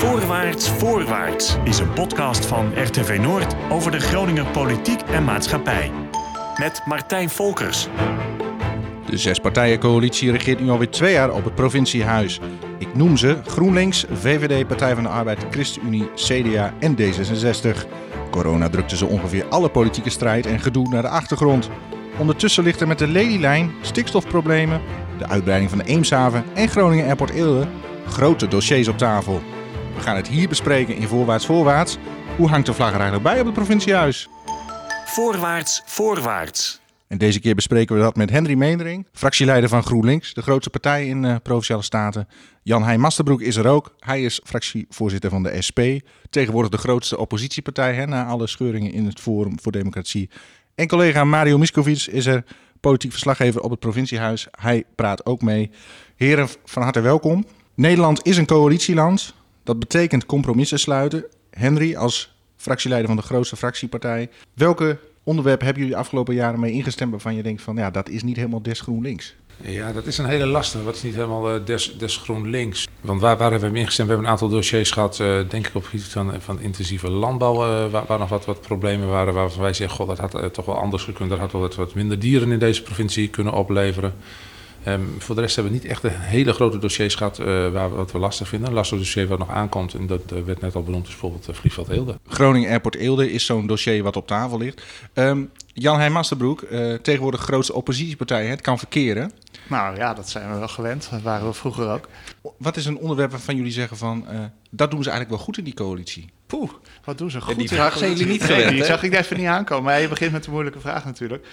Voorwaarts, voorwaarts is een podcast van RTV Noord over de Groninger politiek en maatschappij. Met Martijn Volkers. De 6-partijencoalitie regeert nu alweer 2 jaar op het provinciehuis. Ik noem ze GroenLinks, VVD, Partij van de Arbeid, ChristenUnie, CDA en D66. Corona drukte ze ongeveer alle politieke strijd en gedoe naar de achtergrond. Ondertussen ligt er met de Lelylijn, stikstofproblemen, de uitbreiding van de Eemshaven en Groningen Airport Eelde grote dossiers op tafel. We gaan het hier bespreken in Voorwaarts, voorwaarts. Hoe hangt de vlag er eigenlijk bij op het provinciehuis? Voorwaarts, voorwaarts. En deze keer bespreken we dat met Henry Meendering, fractieleider van GroenLinks, de grootste partij in Provinciale Staten. Jan-Hein Masterbroek is er ook. Hij is fractievoorzitter van de SP. Tegenwoordig de grootste oppositiepartij, na alle scheuringen in het Forum voor Democratie. En collega Mario Miskovic is er, politiek verslaggever op het provinciehuis. Hij praat ook mee. Heren, van harte welkom. Nederland is een coalitieland. Dat betekent compromissen sluiten. Henry, als fractieleider van de grootste fractiepartij. Welke onderwerpen hebben jullie de afgelopen jaren mee ingestemd waarvan je denkt van ja, dat is niet helemaal des GroenLinks? Ja, dat is een hele lastige. Wat is niet helemaal des GroenLinks? Want waar hebben we hem ingestemd? We hebben een aantal dossiers gehad, denk ik op het gebied van intensieve landbouw, waar nog wat problemen waren. Waarvan wij zeggen, god, dat had toch wel anders gekund. Dat had wel wat minder dieren in deze provincie kunnen opleveren. Voor de rest hebben we niet echt een hele grote dossiers gehad wat we lastig vinden. Een lastig dossier wat nog aankomt, en dat werd net al benoemd, is bijvoorbeeld Vliegveld Eelde. Groningen Airport Eelde is zo'n dossier wat op tafel ligt. Jan-Hein Masterbroek, tegenwoordig de grootste oppositiepartij, het kan verkeren. Nou ja, dat zijn we wel gewend. Dat waren we vroeger ook. Wat is een onderwerp waarvan jullie zeggen van, dat doen ze eigenlijk wel goed in die coalitie? Poeh, wat doen ze goed? Die vraag zijn jullie niet gewend, die hè? zag ik even niet aankomen. Maar je begint met de moeilijke vraag natuurlijk.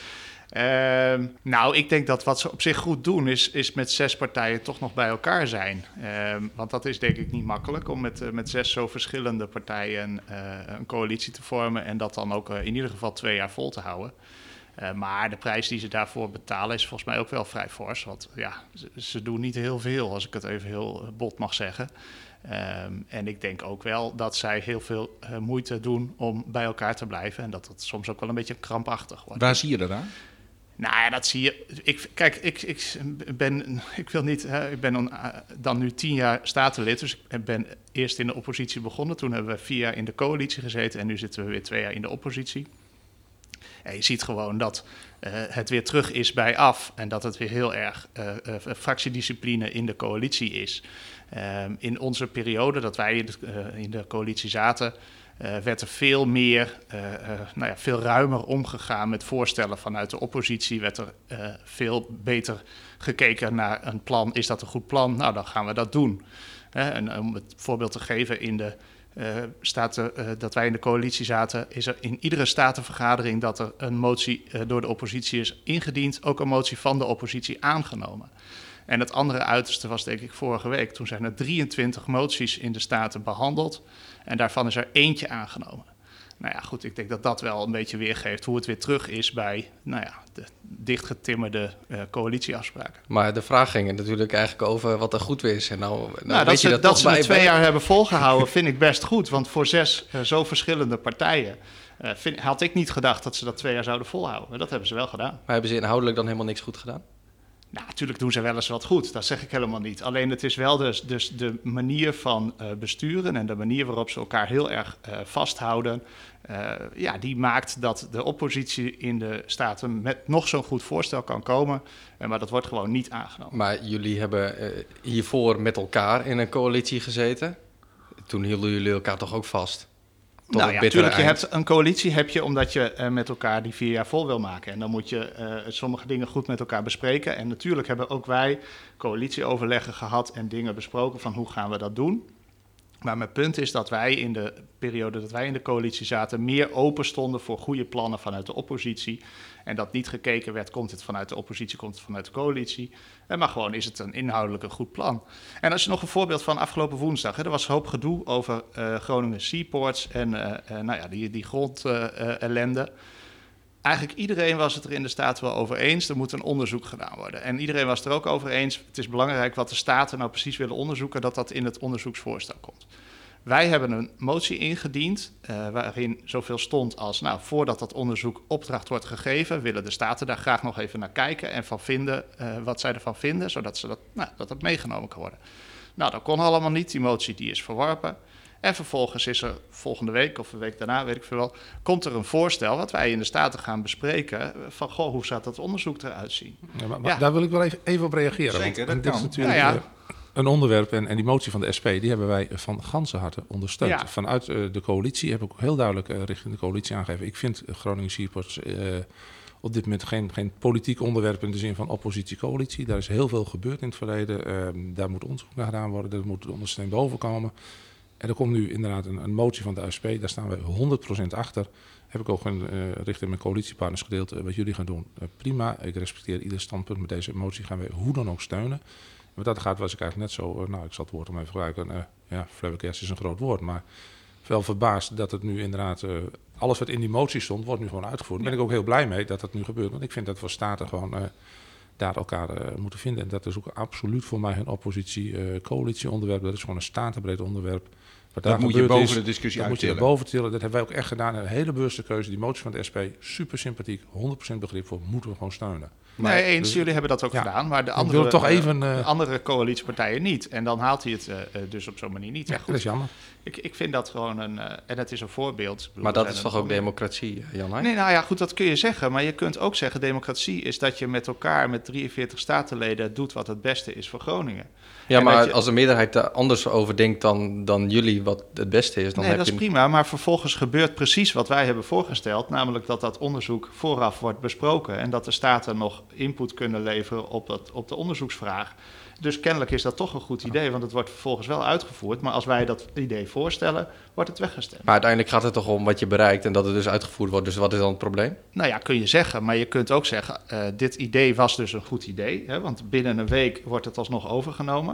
Nou, ik denk dat wat ze op zich goed doen is met 6 partijen toch nog bij elkaar zijn. Want dat is denk ik niet makkelijk om met 6 zo verschillende partijen een coalitie te vormen en dat dan ook in ieder geval 2 jaar vol te houden. Maar de prijs die ze daarvoor betalen is volgens mij ook wel vrij fors. Want ja, ze doen niet heel veel, als ik het even heel bot mag zeggen. En ik denk ook wel dat zij heel veel moeite doen om bij elkaar te blijven. En dat het soms ook wel een beetje krampachtig wordt. Waar zie je dat aan? Nou ja, dat zie je. Ik ben dan nu 10 jaar statenlid, dus ik ben eerst in de oppositie begonnen. Toen hebben we 4 jaar in de coalitie gezeten en nu zitten we weer 2 jaar in de oppositie. En je ziet gewoon dat het weer terug is bij af en dat het weer heel erg fractiediscipline in de coalitie is. In onze periode dat wij in de coalitie zaten, werd er veel meer, veel ruimer omgegaan met voorstellen vanuit de oppositie. Werd er veel beter gekeken naar een plan. Is dat een goed plan? Nou, dan gaan we dat doen. En om het voorbeeld te geven, in de staten dat wij in de coalitie zaten, is er in iedere statenvergadering dat er een motie door de oppositie is ingediend, ook een motie van de oppositie aangenomen. En het andere uiterste was denk ik vorige week. Toen zijn er 23 moties in de Staten behandeld en daarvan is er eentje aangenomen. Nou ja, goed, ik denk dat dat wel een beetje weergeeft hoe het weer terug is bij de dichtgetimmerde coalitieafspraken. Maar de vraag ging natuurlijk eigenlijk over wat er goed is. En nou dat ze het 2 jaar hebben volgehouden vind ik best goed. Want voor 6 zo verschillende partijen had ik niet gedacht dat ze dat 2 jaar zouden volhouden. Maar dat hebben ze wel gedaan. Maar hebben ze inhoudelijk dan helemaal niks goed gedaan? Nou, natuurlijk doen ze wel eens wat goed, dat zeg ik helemaal niet. Alleen het is wel dus de manier van besturen en de manier waarop ze elkaar heel erg vasthouden. Die maakt dat de oppositie in de Staten met nog zo'n goed voorstel kan komen. Maar dat wordt gewoon niet aangenomen. Maar jullie hebben hiervoor met elkaar in een coalitie gezeten. Toen hielden jullie elkaar toch ook vast? Nou ja, natuurlijk, je hebt een coalitie omdat je met elkaar die 4 jaar vol wil maken. En dan moet je sommige dingen goed met elkaar bespreken. En natuurlijk hebben ook wij coalitieoverleggen gehad en dingen besproken van hoe gaan we dat doen. Maar mijn punt is dat wij in de periode dat wij in de coalitie zaten meer open stonden voor goede plannen vanuit de oppositie. En dat niet gekeken werd, komt het vanuit de oppositie, komt het vanuit de coalitie. Maar gewoon is het een inhoudelijk een goed plan. En als je nog een voorbeeld van afgelopen woensdag. Er was een hoop gedoe over Groningen Seaports en die grondellende. Eigenlijk iedereen was het er in de Staten wel over eens. Er moet een onderzoek gedaan worden. En iedereen was het er ook over eens. Het is belangrijk wat de Staten nou precies willen onderzoeken, dat in het onderzoeksvoorstel komt. Wij hebben een motie ingediend waarin zoveel stond als, voordat dat onderzoek opdracht wordt gegeven, willen de Staten daar graag nog even naar kijken en van vinden wat zij ervan vinden, zodat dat meegenomen kan worden. Nou, dat kon allemaal niet. Die motie die is verworpen. En vervolgens is er volgende week of een week daarna, weet ik veel wel, komt er een voorstel wat wij in de Staten gaan bespreken van, hoe zou dat onderzoek eruit zien? Ja, maar daar wil ik wel even op reageren. Zeker, want dat dit is kan. natuurlijk een onderwerp en die motie van de SP, die hebben wij van ganse harte ondersteund. Ja. Vanuit de coalitie heb ik ook heel duidelijk richting de coalitie aangegeven. Ik vind Groningen Seaports op dit moment geen politiek onderwerp in de zin van oppositie-coalitie. Daar is heel veel gebeurd in het verleden. Daar moet onderzoek naar gedaan worden. Er moet ondersteuning boven komen. En er komt nu inderdaad een motie van de SP. Daar staan we 100% achter. Heb ik ook richting mijn coalitiepartners gedeeld wat jullie gaan doen. Prima, ik respecteer ieder standpunt. Met deze motie gaan we hoe dan ook steunen. En wat dat gaat was ik eigenlijk net zo... ik zal het woord om even gebruiken. Flabbergast is een groot woord, maar wel verbaasd dat het nu inderdaad... alles wat in die motie stond, wordt nu gewoon uitgevoerd. Daar ben ik ook heel blij mee dat dat nu gebeurt. Want ik vind dat we staten gewoon daar elkaar moeten vinden. En dat is ook absoluut voor mij een oppositie-coalitie-onderwerp. Dat is gewoon een statenbreed onderwerp. Wat Dat daar moet je gebeurd boven is, de discussie dat moet je uittillen. boven tillen. Dat hebben wij ook echt gedaan. Een hele bewuste keuze. Die motie van de SP, super sympathiek, 100% begrip voor, moeten we gewoon steunen. Nee, eens, jullie hebben dat ook gedaan, maar de Ik wil toch even... andere coalitiepartijen niet. En dan haalt hij het dus op zo'n manier niet. Ja, dat is jammer. Ik vind dat gewoon en het is een voorbeeld. Ik bedoel, Maar dat is toch ook democratie, Jan Heijn? Nee, nou ja, goed, dat kun je zeggen. Maar je kunt ook zeggen, democratie is dat je met elkaar, met 43 statenleden, doet wat het beste is voor Groningen. Ja, en maar je, als de meerderheid er anders over denkt dan jullie wat het beste is, dan nee, heb dat je... is prima. Maar vervolgens gebeurt precies wat wij hebben voorgesteld. Namelijk dat onderzoek vooraf wordt besproken. En dat de staten nog input kunnen leveren op de onderzoeksvraag. Dus kennelijk is dat toch een goed idee, want het wordt vervolgens wel uitgevoerd. Maar als wij dat idee voorstellen, wordt het weggestemd. Maar uiteindelijk gaat het toch om wat je bereikt en dat het dus uitgevoerd wordt. Dus wat is dan het probleem? Nou ja, kun je zeggen. Maar je kunt ook zeggen, dit idee was dus een goed idee. Hè, want binnen een week wordt het alsnog overgenomen.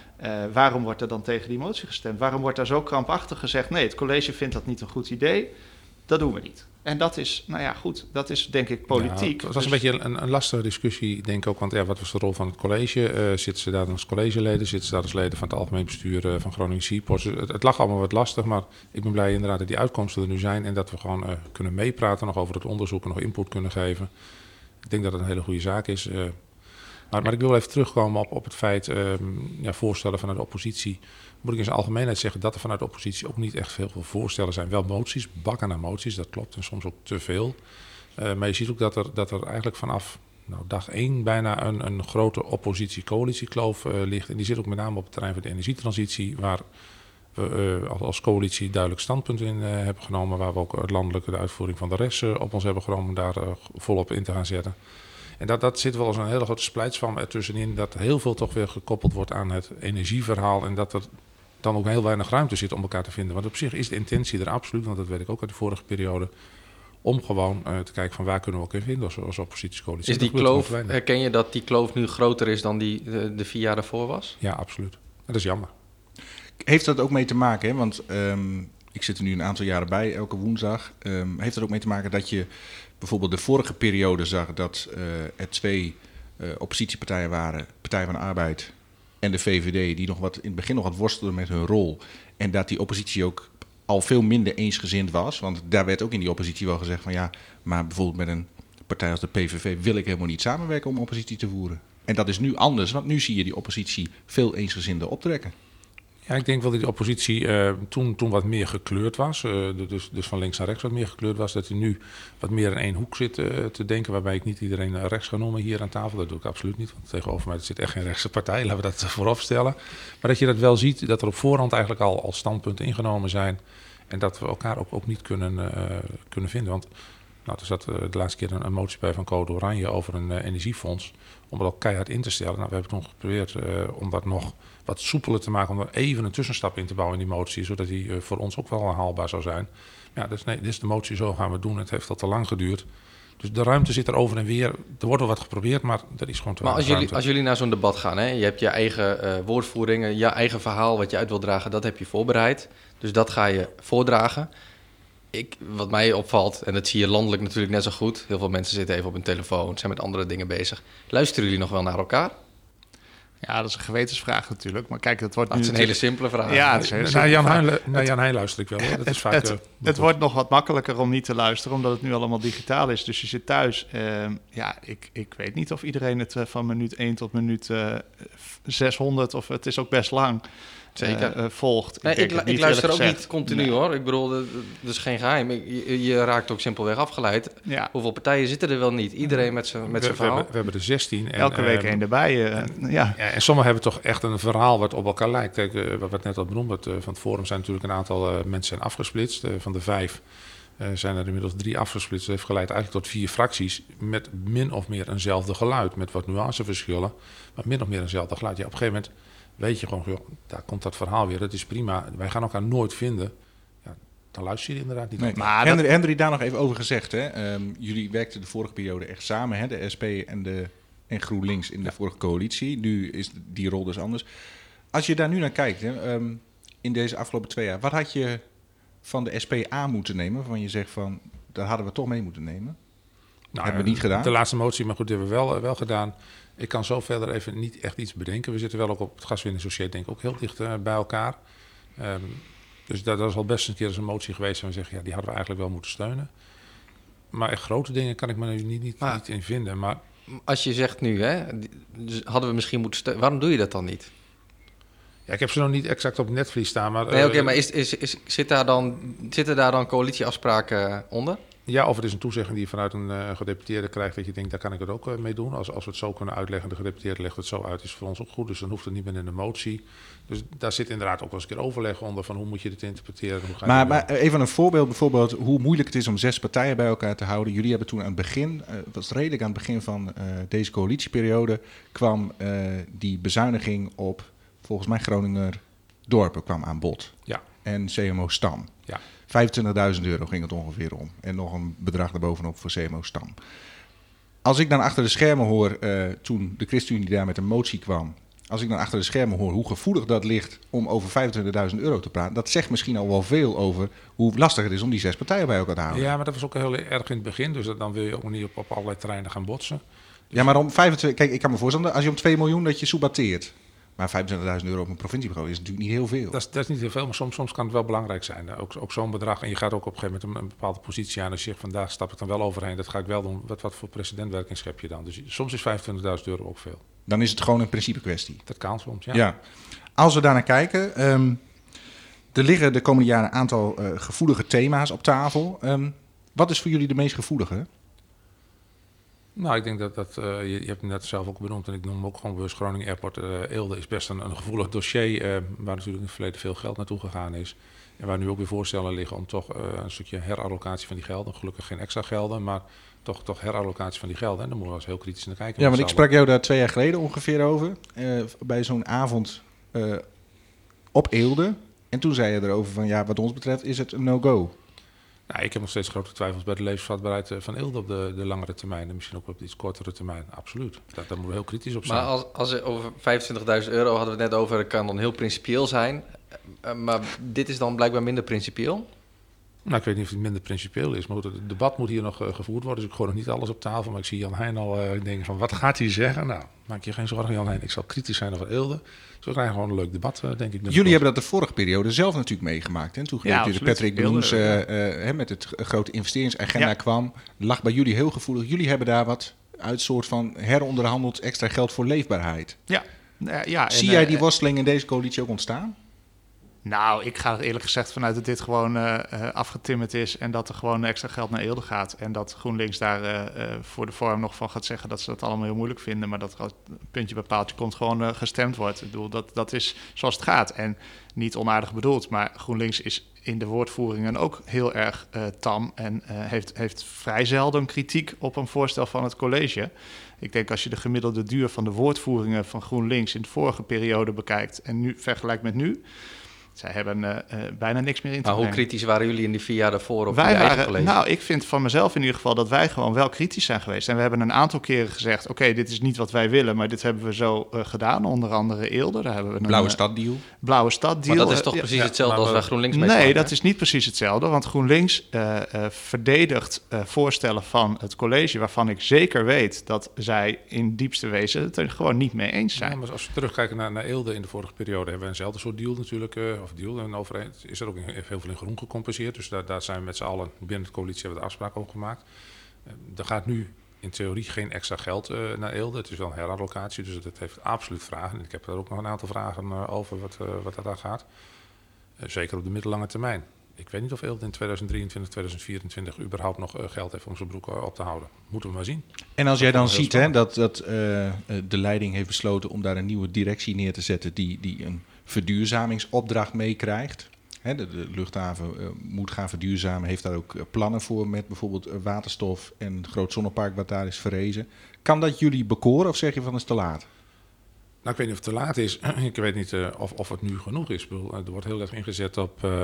Waarom wordt er dan tegen die motie gestemd? Waarom wordt daar zo krampachtig gezegd, nee, het college vindt dat niet een goed idee. Dat doen we niet. En dat is, nou ja, goed, dat is denk ik politiek. Ja, het was een beetje een lastige discussie, denk ik ook. Want wat was de rol van het college? Zitten ze daar als collegeleden? Zitten ze daar als leden van het algemeen bestuur van Groningen Seaports? Het lag allemaal wat lastig, maar ik ben blij inderdaad dat die uitkomsten er nu zijn. En dat we gewoon kunnen meepraten nog over het onderzoek en nog input kunnen geven. Ik denk dat het een hele goede zaak is. Maar ik wil even terugkomen op het feit, voorstellen vanuit de oppositie. Moet ik in zijn algemeenheid zeggen dat er vanuit de oppositie ook niet echt veel voorstellen zijn. Wel moties, bakken aan moties, dat klopt, en soms ook te veel. Maar je ziet ook dat er eigenlijk vanaf dag 1 bijna een grote oppositie-coalitiekloof ligt. En die zit ook met name op het terrein van de energietransitie, waar we als coalitie duidelijk standpunten in hebben genomen. Waar we ook het landelijke, de uitvoering van de rest op ons hebben genomen om daar volop in te gaan zetten. En dat zit wel als een hele grote splijtswam ertussenin, dat heel veel toch weer gekoppeld wordt aan het energieverhaal en dat er dan ook heel weinig ruimte zit om elkaar te vinden. Want op zich is de intentie er absoluut, want dat weet ik ook uit de vorige periode, om gewoon te kijken van waar kunnen we elkaar vinden als oppositiecoalitie. Is die kloof, herken je dat die kloof nu groter is dan die de 4 jaar daarvoor was? Ja, absoluut. Dat is jammer. Heeft dat ook mee te maken, hè? Want ik zit er nu een aantal jaren bij, elke woensdag. Heeft dat ook mee te maken dat je bijvoorbeeld de vorige periode zag dat er 2 oppositiepartijen waren, Partij van de Arbeid en de VVD, die in het begin nog wat worstelden met hun rol. En dat die oppositie ook al veel minder eensgezind was. Want daar werd ook in die oppositie wel gezegd van ja, maar bijvoorbeeld met een partij als de PVV wil ik helemaal niet samenwerken om oppositie te voeren. En dat is nu anders, want nu zie je die oppositie veel eensgezinder optrekken. Ja, ik denk wel dat die oppositie toen wat meer gekleurd was. Dus van links naar rechts wat meer gekleurd was. Dat hij nu wat meer in één hoek zit te denken. Waarbij ik niet iedereen rechts ga noemen hier aan tafel. Dat doe ik absoluut niet. Want tegenover mij zit echt geen rechtse partij. Laten we dat voorop stellen. Maar dat je dat wel ziet. Dat er op voorhand eigenlijk al standpunten ingenomen zijn. En dat we elkaar ook niet kunnen vinden. Want er zat de laatste keer een motie bij van Code Oranje over een energiefonds. Om het ook keihard in te stellen. We hebben toen geprobeerd om dat nog wat soepeler te maken. Om er even een tussenstap in te bouwen in die motie. Zodat die voor ons ook wel haalbaar zou zijn. Ja, dus nee, dit is de motie, zo gaan we het doen. Het heeft al te lang geduurd. Dus de ruimte zit er over en weer. Er wordt wel wat geprobeerd, maar dat is gewoon te weinig ruimte. Maar als jullie naar zo'n debat gaan, hè, je hebt je eigen woordvoering, je eigen verhaal wat je uit wil dragen, dat heb je voorbereid. Dus dat ga je voordragen. Wat mij opvalt, en dat zie je landelijk natuurlijk net zo goed. Heel veel mensen zitten even op hun telefoon, zijn met andere dingen bezig. Luisteren jullie nog wel naar elkaar? Ja, dat is een gewetensvraag natuurlijk. Maar kijk, dat wordt Dat is een hele simpele vraag. Ja, dat is een hele Naar simpele vraag. Jan Heijn luister ik wel. Hoor. Dat is vaak... Het wordt nog wat makkelijker om niet te luisteren, omdat het nu allemaal digitaal is. Dus je zit thuis. Ik weet niet of iedereen het van minuut 1 tot minuut 600, of het is ook best lang, Zeker. volgt. Nee, denk het ik luister ook eerlijk niet continu Nee. hoor. Ik bedoel, dat is geen geheim. Je raakt ook simpelweg afgeleid. Ja. Hoeveel partijen zitten er wel niet? Iedereen met zijn we verhaal. hebben er 16. En, Elke week één erbij. Ja. Ja, en sommigen hebben toch echt een verhaal wat op elkaar lijkt. Kijk, wat net al benoemd, van het forum zijn natuurlijk een aantal mensen zijn afgesplitst. Van de 5 zijn er inmiddels 3 afgesplitst. Dat heeft geleid eigenlijk tot 4 fracties met min of meer eenzelfde geluid. Met wat nuanceverschillen, maar min of meer eenzelfde geluid. Ja, op een gegeven moment weet je gewoon, joh, daar komt dat verhaal weer. Dat is prima. Wij gaan elkaar nooit vinden. Ja, dan luister je inderdaad niet. Nee. Maar Henry, daar nog even over gezegd. Hè? Jullie werkten de vorige periode echt samen, hè? De SP en GroenLinks in de vorige coalitie. Nu is die rol dus anders. Als je daar nu naar kijkt, hè, in deze afgelopen 2 jaar, wat had je van de SP aan moeten nemen, waarvan je zegt van, daar hadden we toch mee moeten nemen? Hebben we niet gedaan? De laatste motie, maar goed, die hebben we wel gedaan. Ik kan zo verder even niet echt iets bedenken. We zitten wel ook op het gaswinningsdossier, denk ik, ook heel dicht bij elkaar. Dus dat is al best een keer eens een motie geweest en we zeggen, ja, die hadden we eigenlijk wel moeten steunen. Maar echt grote dingen kan ik me niet in vinden. Maar Als je zegt nu, hè, dus hadden we misschien moeten steunen. Waarom doe je dat dan niet? ja, ik heb ze nog niet exact op het netvlies staan. Maar, Nee, oké, maar zitten daar dan coalitieafspraken onder? Ja, of het is een toezegging die je vanuit een gedeputeerde krijgt, dat je denkt, daar kan ik het ook mee doen. Als we het zo kunnen uitleggen, de gedeputeerde legt het zo uit, is het voor ons ook goed. Dus dan hoeft het niet meer in de motie. Dus daar zit inderdaad ook wel eens een keer overleg onder van hoe moet je dit interpreteren. Hoe ga je Maar even een voorbeeld, bijvoorbeeld hoe moeilijk het is om 6 partijen bij elkaar te houden. Jullie hebben toen aan het begin, was redelijk aan het begin van deze coalitieperiode, kwam die bezuiniging op, volgens mij, Groninger dorpen kwam aan bod. Ja. En CMO Stam. Ja. €25.000 ging het ongeveer om. En nog een bedrag daarbovenop voor CMO Stam. Als ik dan achter de schermen hoor, toen de ChristenUnie daar met een motie kwam, als ik dan achter de schermen hoor hoe gevoelig dat ligt om over €25.000 te praten, dat zegt misschien al wel veel over hoe lastig het is om die 6 partijen bij elkaar te houden. Ja, maar dat was ook heel erg in het begin. Dus dan wil je ook niet op allerlei terreinen gaan botsen. Ja, maar om 25, kijk, ik kan me voorstellen, als je om 2 miljoen dat je soubateert. Maar €25.000 op een provinciebureau is natuurlijk niet heel veel. Dat is niet heel veel, maar soms kan het wel belangrijk zijn. Ook zo'n bedrag. En je gaat ook op een gegeven moment een bepaalde positie aan. Als je zegt, vandaag stap ik dan wel overheen. Dat ga ik wel doen. Wat voor precedentwerking schep je dan? Dus soms is €25.000 ook veel. Dan is het gewoon een principe kwestie. Dat kan soms, ja. Ja. Als we daarnaar kijken, er liggen de komende jaren een aantal gevoelige thema's op tafel. Wat is voor jullie de meest gevoelige? Nou, ik denk dat je hebt het net zelf ook benoemd. En ik noem ook gewoon bewust Groningen Airport. Eelde is best een gevoelig dossier. Waar natuurlijk in het verleden veel geld naartoe gegaan is. En waar nu ook weer voorstellen liggen om toch een stukje herallocatie van die gelden. Gelukkig geen extra gelden, maar toch herallocatie van die gelden. En daar moeten we eens heel kritisch naar kijken. Ja, want ik sprak jou daar 2 jaar geleden ongeveer over. Bij zo'n avond op Eelde. En toen zei je erover van, ja, wat ons betreft is het een no-go. Nou, ik heb nog steeds grote twijfels bij de levensvatbaarheid van Eelde op de langere termijn. En misschien ook op de iets kortere termijn. Absoluut. Daar moeten we heel kritisch op zijn. Maar als er over €25.000 hadden we het net over, kan dan heel principieel zijn. Maar dit is dan blijkbaar minder principieel? Nou, ik weet niet of het minder principieel is, maar goed, het debat moet hier nog gevoerd worden. Dus ik gooi nog niet alles op tafel, maar ik zie Jan Heijn al denken van, wat gaat hij zeggen? Nou, maak je geen zorgen, Jan Heijn. Ik zal kritisch zijn over Eelde. Dus we krijgen gewoon een leuk debat, denk ik. Jullie hebben dat de vorige periode zelf natuurlijk meegemaakt. En toen absoluut. Patrick Bloens met het grote investeringsagenda kwam, lag bij jullie heel gevoelig. Jullie hebben daar wat uit soort van heronderhandeld extra geld voor leefbaarheid. Ja, Zie jij die worsteling in deze coalitie ook ontstaan? Nou, ik ga er eerlijk gezegd vanuit dat dit gewoon afgetimmerd is en dat er gewoon extra geld naar Eelde gaat. En dat GroenLinks daar voor de vorm nog van gaat zeggen dat ze dat allemaal heel moeilijk vinden. Maar dat er als puntje bij paaltje komt gewoon gestemd wordt. Ik bedoel, dat is zoals het gaat. En niet onaardig bedoeld, maar GroenLinks is in de woordvoeringen ook heel erg tam en heeft vrij zelden kritiek op een voorstel van het college. Ik denk als je de gemiddelde duur van de woordvoeringen van GroenLinks in de vorige periode bekijkt en nu vergelijkt met nu, Zij hebben bijna niks meer in te Maar hoe brengen. kritisch waren jullie in die 4 jaar daarvoor op Wij jullie eigen waren, college? nou, ik vind van mezelf in ieder geval dat wij gewoon wel kritisch zijn geweest. En we hebben een aantal keren gezegd, oké, dit is niet wat wij willen, maar dit hebben we zo gedaan. Onder andere Eelde, daar hebben we Blauwe een staddeal. Blauwe Stad deal. Maar dat is toch precies hetzelfde als bij GroenLinks mee te Nee, maken, dat hè? is niet precies hetzelfde. Want GroenLinks verdedigt voorstellen van het college, waarvan ik zeker weet dat zij in diepste wezen het er gewoon niet mee eens zijn. Ja, maar als we terugkijken naar Eelde in de vorige periode, hebben we eenzelfde soort deal natuurlijk. En overheid is er ook heel veel in groen gecompenseerd. Dus daar zijn we met z'n allen binnen de coalitie hebben we de afspraak over gemaakt. Er gaat nu in theorie geen extra geld naar Eelde. Het is wel een herallocatie, dus het heeft absoluut vragen. En ik heb er ook nog een aantal vragen over wat daar gaat. Zeker op de middellange termijn. Ik weet niet of Eelde in 2023, 2024 überhaupt nog geld heeft om zijn broek op te houden. Moeten we maar zien. En als jij dan heel ziet spannend. dat de leiding heeft besloten om daar een nieuwe directie neer te zetten die een verduurzamingsopdracht meekrijgt. De luchthaven moet gaan verduurzamen, heeft daar ook plannen voor met bijvoorbeeld waterstof en het groot zonnepark wat daar is verrezen. Kan dat jullie bekoren of zeg je van het is te laat? Nou, ik weet niet of het te laat is. Ik weet niet of het nu genoeg is. Ik bedoel, er wordt heel erg ingezet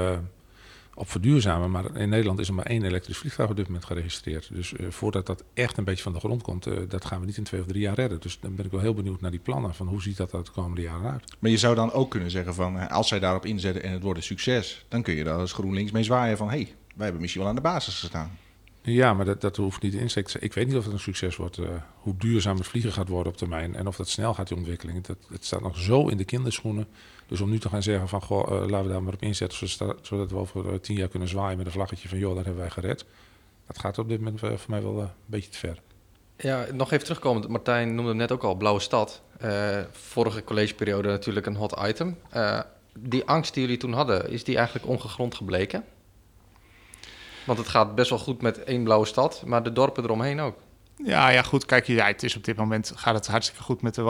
op verduurzamen. Maar in Nederland is er maar 1 elektrisch vliegtuig op dit moment geregistreerd. Dus voordat dat echt een beetje van de grond komt, dat gaan we niet in 2 of 3 jaar redden. Dus dan ben ik wel heel benieuwd naar die plannen. Van hoe ziet dat er de komende jaren uit? Maar je zou dan ook kunnen zeggen van als zij daarop inzetten en het wordt een succes, dan kun je daar als GroenLinks mee zwaaien van wij hebben misschien wel aan de basis gestaan. Ja, maar dat hoeft niet in insteek. Ik weet niet of het een succes wordt. Hoe duurzaam het vliegen gaat worden op termijn. En of dat snel gaat, die ontwikkeling. Het staat nog zo in de kinderschoenen. Dus om nu te gaan zeggen van laten we daar maar op inzetten. Zodat we over 10 jaar kunnen zwaaien met een vlaggetje van joh, dat hebben wij gered. Dat gaat op dit moment voor mij wel een beetje te ver. Ja, nog even terugkomen. Martijn noemde hem net ook al, Blauwe Stad. Vorige collegeperiode natuurlijk een hot item. Die angst die jullie toen hadden, is die eigenlijk ongegrond gebleken? Want het gaat best wel goed met 1 Blauwe Stad, maar de dorpen eromheen ook. Ja, goed. Kijk, het is op dit moment gaat het hartstikke goed met de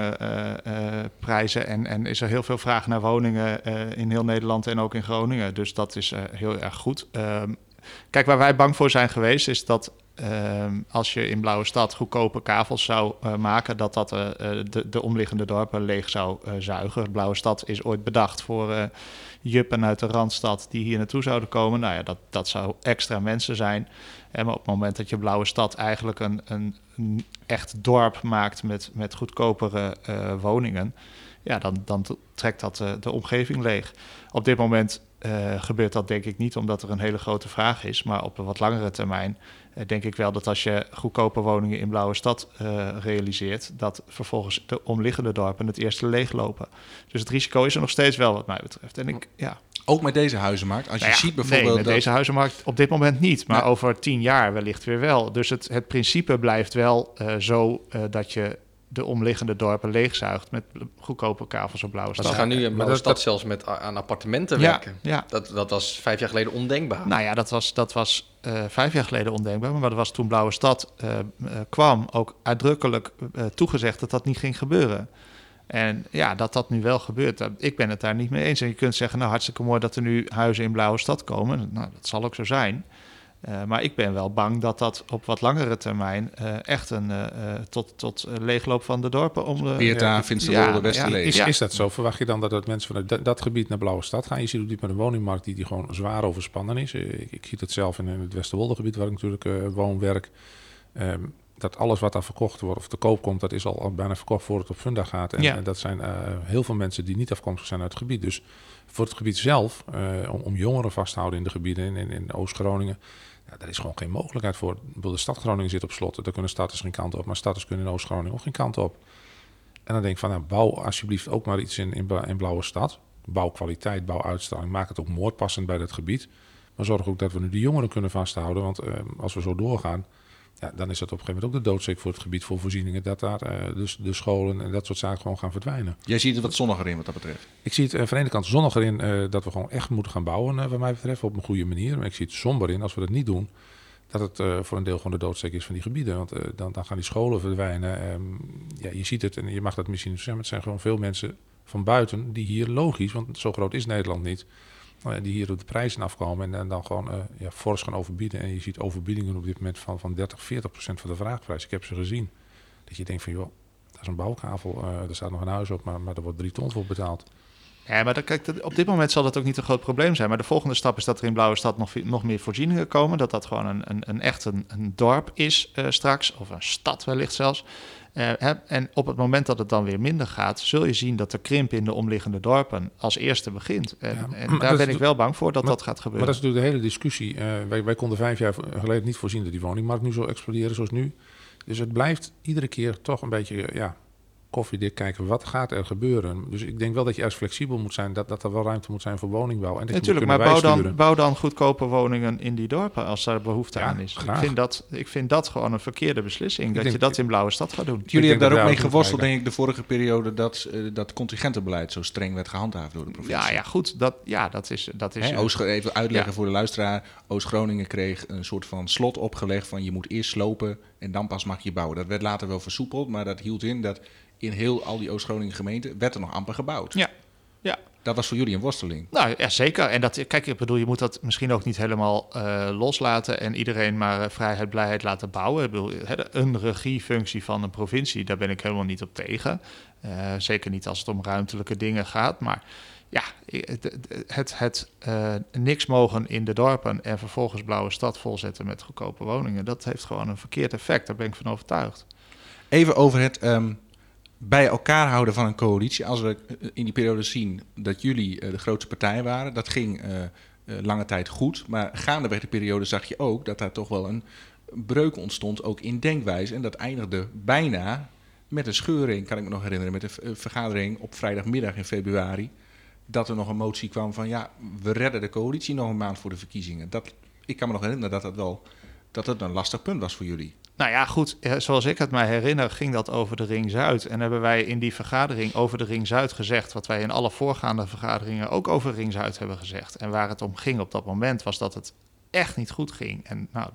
woningprijzen. En is er heel veel vraag naar woningen in heel Nederland en ook in Groningen. Dus dat is heel erg goed. Kijk, waar wij bang voor zijn geweest is dat als je in Blauwe Stad goedkope kavels zou maken, dat de omliggende dorpen leeg zou zuigen. Blauwe Stad is ooit bedacht voor juppen uit de Randstad die hier naartoe zouden komen. Nou ja, dat zou extra mensen zijn. Maar op het moment dat je Blauwe Stad eigenlijk een echt dorp maakt met goedkopere woningen, ja, dan trekt dat de omgeving leeg. Op dit moment gebeurt dat denk ik niet omdat er een hele grote vraag is. Maar op een wat langere termijn denk ik wel dat als je goedkope woningen in Blauwe Stad realiseert, dat vervolgens de omliggende dorpen het eerste leeglopen. Dus het risico is er nog steeds wel wat mij betreft. En Ook met deze huizenmarkt. Als je ziet bijvoorbeeld nee, met deze huizenmarkt op dit moment niet. Maar over 10 jaar wellicht weer wel. Dus het principe blijft wel zo dat je de omliggende dorpen leegzuigt met goedkope kavels op Blauwe Maar Stad. ze gaan nu in Blauwe Stad zelfs aan appartementen werken. Ja. Dat was 5 jaar geleden ondenkbaar. Nou ja, dat was 5 jaar geleden ondenkbaar. Maar dat was toen Blauwe Stad kwam ook uitdrukkelijk toegezegd dat dat niet ging gebeuren. En ja, dat nu wel gebeurt. Ik ben het daar niet mee eens. En je kunt zeggen, nou hartstikke mooi dat er nu huizen in Blauwe Stad komen. Nou, dat zal ook zo zijn. Maar ik ben wel bang dat op wat langere termijn echt een tot leegloop van de dorpen om de... Beerta, Finsterwolde, Westerlees. Is dat zo? Verwacht je dan dat mensen vanuit dat gebied naar Blauwe Stad gaan? Je ziet ook niet met een woningmarkt die gewoon zwaar overspannen is. Ik zie het zelf in het Westerwoldegebied waar ik natuurlijk woon, werk. Dat alles wat daar verkocht wordt of te koop komt, dat is al bijna verkocht voor het op funda gaat. En dat zijn heel veel mensen die niet afkomstig zijn uit het gebied. Dus voor het gebied zelf, om jongeren vast te houden in de gebieden in Oost-Groningen, daar is gewoon geen mogelijkheid voor. De stad Groningen zit op slot, daar kunnen starters geen kant op, maar starters kunnen in Oost-Groningen ook geen kant op. En dan denk ik van, bouw alsjeblieft ook maar iets in Blauwe Stad. Bouw kwaliteit, bouw uitstraling, maak het ook moordpassend bij dat gebied. Maar zorg ook dat we nu de jongeren kunnen vasthouden, want als we zo doorgaan, ja, dan is dat op een gegeven moment ook de doodsteek voor het gebied voor voorzieningen, dat daar dus de scholen en dat soort zaken gewoon gaan verdwijnen. Jij ziet het wat zonniger in wat dat betreft. Ik zie het van de ene kant zonniger in dat we gewoon echt moeten gaan bouwen, wat mij betreft, op een goede manier. Maar ik zie het somber in, als we dat niet doen, dat het voor een deel gewoon de doodsteek is van die gebieden. Want dan gaan die scholen verdwijnen. Je ziet het en je mag dat misschien zeggen, maar het zijn gewoon veel mensen van buiten die hier logisch, want zo groot is Nederland niet, die hier op de prijzen afkomen en dan gewoon fors gaan overbieden. En je ziet overbiedingen op dit moment van 30-40% van de vraagprijs. Ik heb ze gezien. Dat je denkt van, joh, dat is een bouwkavel. Er staat nog een huis op, maar er wordt 3 ton voor betaald. Ja, maar op dit moment zal dat ook niet een groot probleem zijn. Maar de volgende stap is dat er in Blauwestad nog meer voorzieningen komen. Dat gewoon een dorp is straks, of een stad wellicht zelfs. En op het moment dat het dan weer minder gaat, zul je zien dat de krimp in de omliggende dorpen als eerste begint. En daar ben ik wel bang voor dat gaat gebeuren. Maar dat is natuurlijk de hele discussie. Wij konden 5 jaar geleden niet voorzien dat die woningmarkt nu zou exploderen zoals nu. Dus het blijft iedere keer toch een beetje koffiedik kijken, wat gaat er gebeuren? Dus ik denk wel dat je ergens flexibel moet zijn, dat er wel ruimte moet zijn voor woningbouw. En dat natuurlijk, maar bouw dan goedkope woningen in die dorpen als daar behoefte aan is. Ik vind dat gewoon een verkeerde beslissing, dat je dat in Blauwestad gaat doen. Jullie hebben daar ook mee geworsteld, denk ik, de vorige periode, dat contingentenbeleid zo streng werd gehandhaafd door de provincie. Ja, goed. Dat is even uitleggen voor de luisteraar. Oost-Groningen kreeg een soort van slot opgelegd van je moet eerst slopen en dan pas mag je bouwen. Dat werd later wel versoepeld, maar dat hield in dat in heel al die Oost-Groningen gemeenten werd er nog amper gebouwd. Ja. Dat was voor jullie een worsteling. Nou ja, zeker. En ik bedoel, je moet dat misschien ook niet helemaal loslaten en iedereen maar vrijheid, blijheid laten bouwen. Ik bedoel, een regiefunctie van een provincie, daar ben ik helemaal niet op tegen. Zeker niet als het om ruimtelijke dingen gaat. Maar ja, het niks mogen in de dorpen en vervolgens Blauwestad volzetten met goedkope woningen, dat heeft gewoon een verkeerd effect. Daar ben ik van overtuigd. Even over het bij elkaar houden van een coalitie. Als we in die periode zien dat jullie de grootste partij waren, dat ging lange tijd goed. Maar gaandeweg de periode zag je ook dat daar toch wel een breuk ontstond, ook in denkwijze. En dat eindigde bijna met een scheuring, kan ik me nog herinneren, met een vergadering op vrijdagmiddag in februari. Dat er nog een motie kwam van we redden de coalitie nog een maand voor de verkiezingen. Ik kan me nog herinneren dat het een lastig punt was voor jullie. Nou ja, goed, zoals ik het mij herinner, ging dat over de Ring Zuid. En hebben wij in die vergadering over de Ring Zuid gezegd wat wij in alle voorgaande vergaderingen ook over Ring Zuid hebben gezegd. En waar het om ging op dat moment was dat het echt niet goed ging. En nou,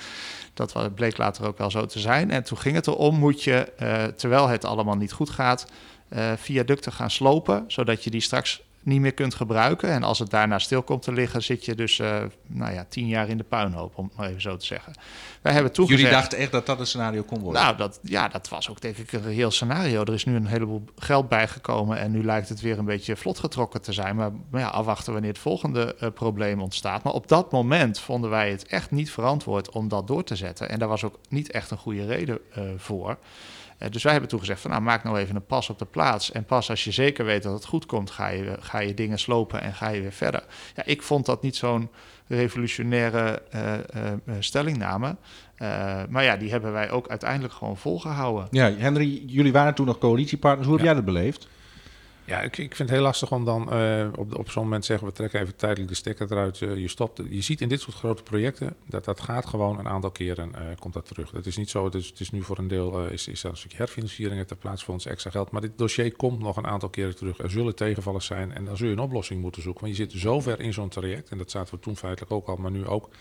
dat bleek later ook wel zo te zijn. En toen ging het erom, moet je, terwijl het allemaal niet goed gaat, viaducten gaan slopen, zodat je die straks niet meer kunt gebruiken. En als het daarna stil komt te liggen, zit je dus 10 jaar in de puinhoop, om het maar even zo te zeggen. Wij hebben Jullie dachten echt dat dat een scenario kon worden? Nou, dat was ook denk ik een reëel scenario. Er is nu een heleboel geld bijgekomen en nu lijkt het weer een beetje vlot getrokken te zijn. Maar afwachten wanneer het volgende probleem ontstaat. Maar op dat moment vonden wij het echt niet verantwoord om dat door te zetten. En daar was ook niet echt een goede reden voor. Dus wij hebben toen gezegd van maak nou even een pas op de plaats. En pas als je zeker weet dat het goed komt, ga je dingen slopen en ga je weer verder. Ja, ik vond dat niet zo'n revolutionaire stellingname. Maar ja, die hebben wij ook uiteindelijk gewoon volgehouden. Ja, Henry, jullie waren toen nog coalitiepartners. Hoe heb jij dat beleefd? Ja, ik vind het heel lastig om dan op zo'n moment zeggen, we trekken even tijdelijk de stekker eruit, je stopt. Je ziet in dit soort grote projecten, dat gaat gewoon een aantal keren, komt dat terug. Het is niet zo, het is nu voor een deel, is er een stukje herfinanciering ter plaatse voor ons extra geld. Maar dit dossier komt nog een aantal keren terug. Er zullen tegenvallers zijn en dan zul je een oplossing moeten zoeken. Want je zit zo ver in zo'n traject, en dat zaten we toen feitelijk ook al, maar nu ook.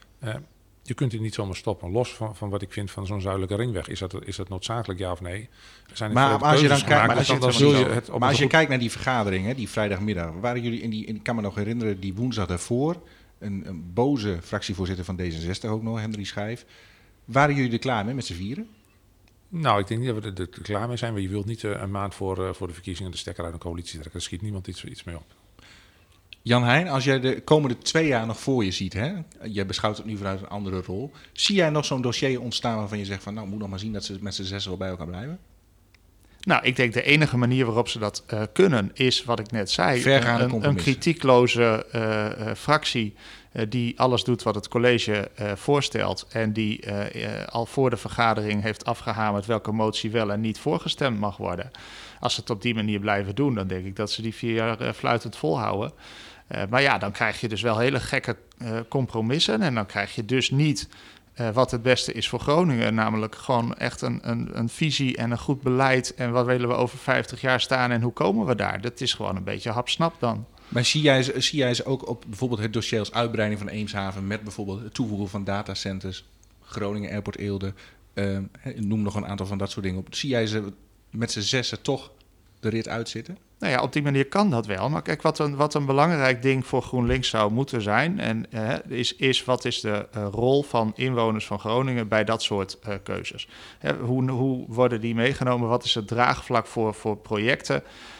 Je kunt het niet zomaar stoppen. Los van wat ik vind van zo'n zuidelijke ringweg. Is dat noodzakelijk, ja of nee? Er zijn als je kijkt naar die vergadering, die vrijdagmiddag. Waren jullie ik kan me nog herinneren, die woensdag daarvoor. Een boze fractievoorzitter van D66 ook nog, Henry Schijf. Waren jullie er klaar mee met z'n vieren? Nou, ik denk niet dat we er klaar mee zijn. Maar je wilt niet een maand voor de verkiezingen de stekker uit een coalitie trekken. Daar schiet niemand iets mee op. Jan Heijn, als jij de komende 2 jaar nog voor je ziet, jij beschouwt het nu vanuit een andere rol. Zie jij nog zo'n dossier ontstaan waarvan je zegt van moet nog maar zien dat ze met z'n 6 wel bij elkaar blijven? Nou, ik denk de enige manier waarop ze dat kunnen is wat ik net zei. Een kritiekloze fractie die alles doet wat het college voorstelt en die al voor de vergadering heeft afgehamerd welke motie wel en niet voorgestemd mag worden. Als ze het op die manier blijven doen, dan denk ik dat ze die 4 jaar fluitend volhouden. Maar ja, dan krijg je dus wel hele gekke compromissen en dan krijg je dus niet wat het beste is voor Groningen. Namelijk gewoon echt een visie en een goed beleid. En wat willen we over 50 jaar staan en hoe komen we daar? Dat is gewoon een beetje hapsnap dan. Maar zie jij ze ook op bijvoorbeeld het dossier als uitbreiding van Eemshaven met bijvoorbeeld het toevoegen van datacenters, Groningen Airport Eelde, noem nog een aantal van dat soort dingen op. Zie jij ze met z'n 6 toch de rit uitzitten? Nou ja, op die manier kan dat wel. Maar kijk, wat een belangrijk ding voor GroenLinks zou moeten zijn is wat is de rol van inwoners van Groningen bij dat soort keuzes? Hoe worden die meegenomen? Wat is het draagvlak voor projecten?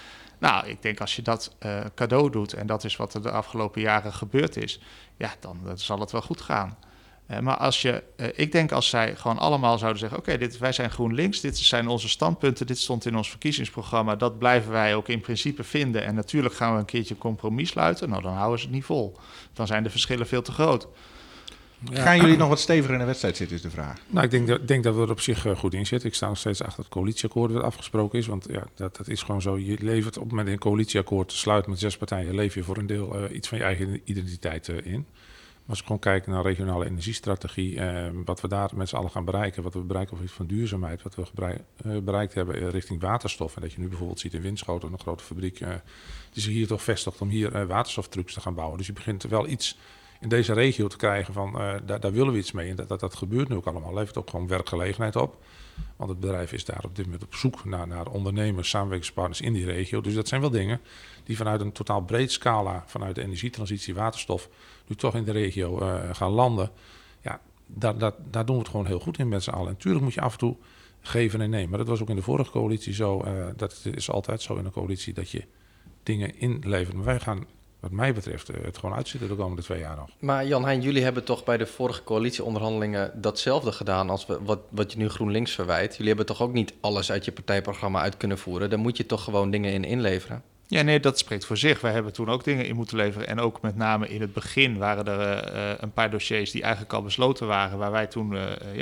Nou, ik denk als je dat cadeau doet, en dat is wat er de afgelopen jaren gebeurd is, ja, dan zal het wel goed gaan. Maar ik denk als zij gewoon allemaal zouden zeggen, oké, wij zijn GroenLinks, dit zijn onze standpunten, dit stond in ons verkiezingsprogramma, dat blijven wij ook in principe vinden. En natuurlijk gaan we een keertje een compromis sluiten. Nou, dan houden ze het niet vol. Dan zijn de verschillen veel te groot. Ja. Gaan jullie nog wat steviger in de wedstrijd zitten, is de vraag. Nou, ik denk dat we er op zich goed in zitten. Ik sta nog steeds achter het coalitieakkoord dat afgesproken is. Want ja, dat is gewoon zo. Je levert op het moment een coalitieakkoord te sluiten met 6 partijen, leef je voor een deel iets van je eigen identiteit in. Als we gewoon kijken naar regionale energiestrategie, wat we daar met z'n allen gaan bereiken, wat we bereiken op iets van duurzaamheid, wat we bereikt hebben richting waterstof. En dat je nu bijvoorbeeld ziet in Winschoten, een grote fabriek, die zich hier toch vestigt om hier waterstoftrucks te gaan bouwen. Dus je begint wel iets in deze regio te krijgen van, daar willen we iets mee. En dat gebeurt nu ook allemaal. Levert ook gewoon werkgelegenheid op. Want het bedrijf is daar op dit moment op zoek naar ondernemers, samenwerkingspartners in die regio. Dus dat zijn wel dingen die vanuit een totaal breed scala, vanuit de energietransitie, waterstof, nu toch in de regio gaan landen. Ja, daar doen we het gewoon heel goed in met z'n allen. En natuurlijk moet je af en toe geven en nemen. Maar dat was ook in de vorige coalitie zo. Dat is altijd zo in een coalitie dat je dingen inlevert. Maar wij gaan, wat mij betreft, het gewoon uitzitten de komende 2 jaar nog. Maar Jan-Hein, jullie hebben toch bij de vorige coalitieonderhandelingen datzelfde gedaan als wat je nu GroenLinks verwijt. Jullie hebben toch ook niet alles uit je partijprogramma uit kunnen voeren? Daar moet je toch gewoon dingen in inleveren? Ja, nee, dat spreekt voor zich. Wij hebben toen ook dingen in moeten leveren. En ook met name in het begin waren er een paar dossiers die eigenlijk al besloten waren. Waar wij toen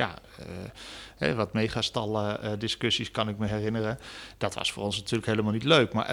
wat megastallen discussies kan ik me herinneren. Dat was voor ons natuurlijk helemaal niet leuk. Maar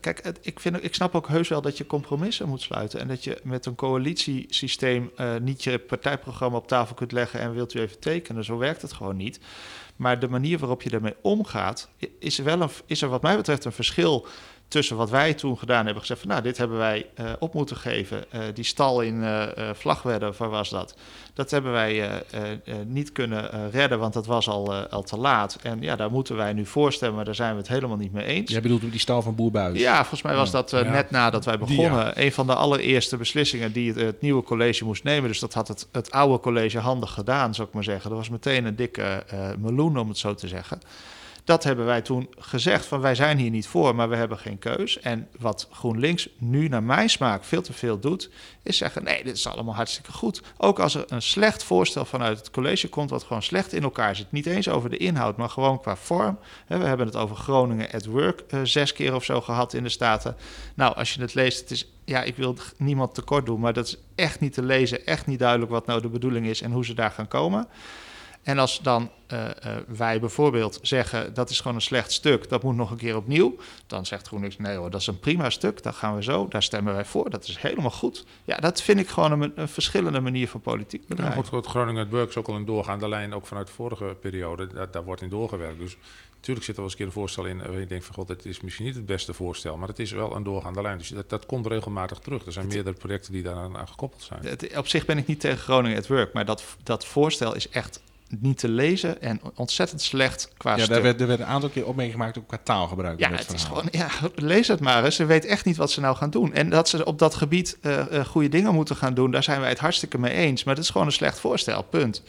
ik snap ook heus wel dat je compromissen moet sluiten. En dat je met een coalitiesysteem niet je partijprogramma op tafel kunt leggen en wilt u even tekenen. Zo werkt het gewoon niet. Maar de manier waarop je daarmee omgaat, is er wat mij betreft een verschil tussen wat wij toen gedaan hebben, gezegd van nou, dit hebben wij op moeten geven. Die stal in Vlagtwedde, waar was dat? Dat hebben wij niet kunnen redden, want dat was al te laat. En ja, daar moeten wij nu voor stemmen, maar daar zijn we het helemaal niet mee eens. Jij bedoelt die stal van Boer Buijs? Ja, volgens mij was dat net nadat wij begonnen. Een van de allereerste beslissingen die het nieuwe college moest nemen. Dus dat had het oude college handig gedaan, zou ik maar zeggen. Dat was meteen een dikke meloen, om het zo te zeggen. Dat hebben wij toen gezegd, van wij zijn hier niet voor, maar we hebben geen keus. En wat GroenLinks nu naar mijn smaak veel te veel doet, is zeggen, nee, dit is allemaal hartstikke goed. Ook als er een slecht voorstel vanuit het college komt, wat gewoon slecht in elkaar zit. Niet eens over de inhoud, maar gewoon qua vorm. We hebben het over Groningen at Work 6 keer of zo gehad in de Staten. Nou, als je het leest, het is, ja, ik wil niemand tekort doen, maar dat is echt niet te lezen, echt niet duidelijk wat nou de bedoeling is en hoe ze daar gaan komen. En als dan wij bijvoorbeeld zeggen, dat is gewoon een slecht stuk, dat moet nog een keer opnieuw, dan zegt GroenLinks, nee hoor, dat is een prima stuk, dat gaan we zo, daar stemmen wij voor, dat is helemaal goed. Ja, dat vind ik gewoon een verschillende manier van politiek bedrijven. Ja, goed, Groningen at Work is ook al een doorgaande lijn, ook vanuit de vorige periode, daar wordt in doorgewerkt. Dus natuurlijk zit er wel eens een keer een voorstel in waar je denkt van god, het is misschien niet het beste voorstel, maar het is wel een doorgaande lijn. Dus dat komt regelmatig terug. Er zijn meerdere projecten die daaraan gekoppeld zijn. Op zich ben ik niet tegen Groningen at Work, maar dat voorstel is echt niet te lezen en ontzettend slecht qua stuk. Er werd een aantal keer opmerkingen gemaakt ook qua taalgebruik. Ja, het is gewoon, lees het maar eens. Ze weet echt niet wat ze nou gaan doen. En dat ze op dat gebied goede dingen moeten gaan doen, daar zijn wij het hartstikke mee eens. Maar het is gewoon een slecht voorstel, punt.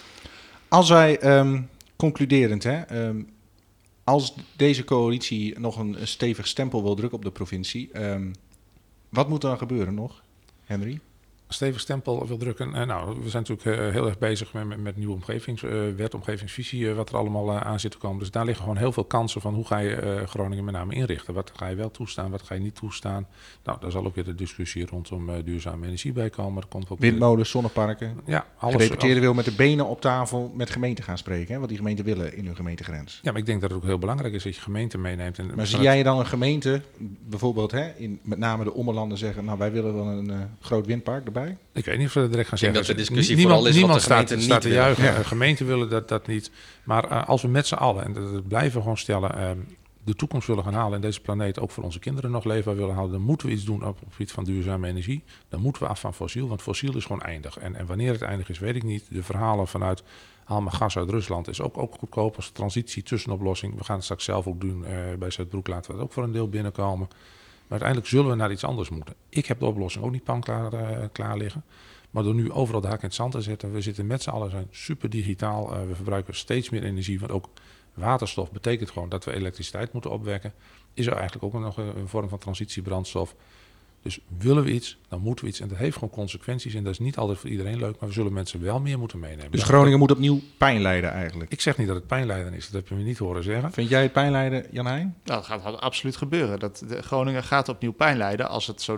Als wij, concluderend, als deze coalitie nog een stevig stempel wil drukken op de provincie, wat moet er dan gebeuren nog, Henry? Stevig stempel wil drukken. Nou, we zijn natuurlijk heel erg bezig met nieuwe omgevingswet, omgevingsvisie, wat er allemaal aan zit te komen. Dus daar liggen gewoon heel veel kansen van hoe ga je Groningen met name inrichten. Wat ga je wel toestaan, wat ga je niet toestaan. Nou, daar zal ook weer de discussie rondom duurzame energie bij komen. Er komt ook windmolens, zonneparken. Ja, alles. Gedeputeerden wil met de benen op tafel met gemeenten gaan spreken, hè, wat die gemeenten willen in hun gemeentegrens. Ja, maar ik denk dat het ook heel belangrijk is dat je gemeenten meeneemt. Maar zie jij dan een gemeente, bijvoorbeeld in met name de Ommelanden, zeggen, nou wij willen wel een groot windpark erbij? Ik weet niet of we dat direct gaan zeggen. Ik denk dat de discussie vooral is wat de gemeente staat te juichen. Ja. Gemeenten willen dat niet. Maar als we met z'n allen, en dat blijven gewoon stellen, de toekomst willen gaan halen en deze planeet ook voor onze kinderen nog leefbaar willen houden, dan moeten we iets doen op het gebied van duurzame energie. Dan moeten we af van fossiel, want fossiel is gewoon eindig. En wanneer het eindig is, weet ik niet. De verhalen vanuit haal maar gas uit Rusland is ook goedkoop als transitie tussenoplossing. We gaan het straks zelf ook doen bij Zuidbroek, laten we het ook voor een deel binnenkomen. Maar uiteindelijk zullen we naar iets anders moeten. Ik heb de oplossing ook niet klaar liggen. Maar door nu overal de hak in het zand te zetten, we zitten met z'n allen, zijn super digitaal. We verbruiken steeds meer energie, wat ook Waterstof betekent gewoon dat we elektriciteit moeten opwekken. Is er eigenlijk ook nog een vorm van transitiebrandstof. Dus willen we iets, dan moeten we iets. En dat heeft gewoon consequenties. En dat is niet altijd voor iedereen leuk, maar we zullen mensen wel meer moeten meenemen. Dus Groningen moet opnieuw pijn lijden eigenlijk. Ik zeg niet dat het pijnlijden is, dat heb je me niet horen zeggen. Vind jij het pijn lijden, Jan Heijn? Nou, dat gaat absoluut gebeuren. Groningen gaat opnieuw pijn lijden